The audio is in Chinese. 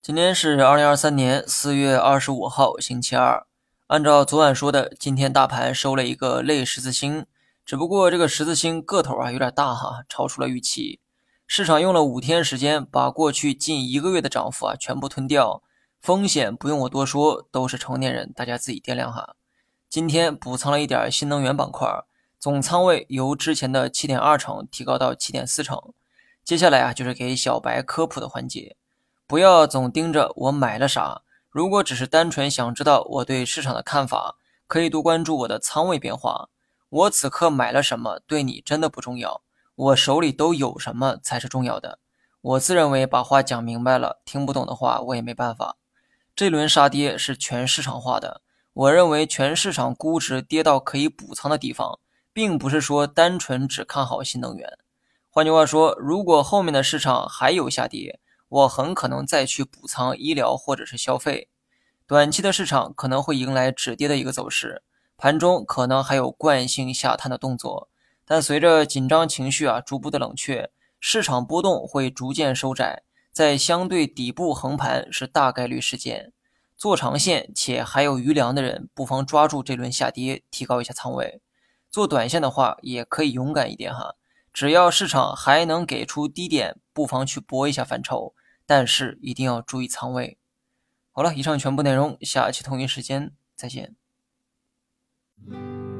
今天是2023年4月25号，星期二。按照昨晚说的，今天大盘收了一个类十字星，只不过这个十字星个头有点大哈，超出了预期。市场用了5天时间把过去近1个月的涨幅全部吞掉，风险不用我多说，都是成年人，大家自己掂量哈。今天补仓了一点新能源板块，总仓位由之前的7.2成提高到7.4成。接下来就是给小白科普的环节。不要总盯着我买了啥，如果只是单纯想知道我对市场的看法，可以多关注我的仓位变化。我此刻买了什么对你真的不重要，我手里都有什么才是重要的。我自认为把话讲明白了，听不懂的话我也没办法。这轮杀跌是全市场化的，我认为全市场估值跌到可以补仓的地方，并不是说单纯只看好新能源。换句话说，如果后面的市场还有下跌，我很可能再去补仓医疗或者是消费。短期的市场可能会迎来止跌的一个走势，盘中可能还有惯性下探的动作，但随着紧张情绪逐步的冷却，市场波动会逐渐收窄，在相对底部横盘是大概率事件。做长线且还有余粮的人，不妨抓住这轮下跌，提高一下仓位。做短线的话，也可以勇敢一点哈，只要市场还能给出低点，不妨去搏一下反抽。但是一定要注意仓位。好了，以上全部内容，下期同一时间再见。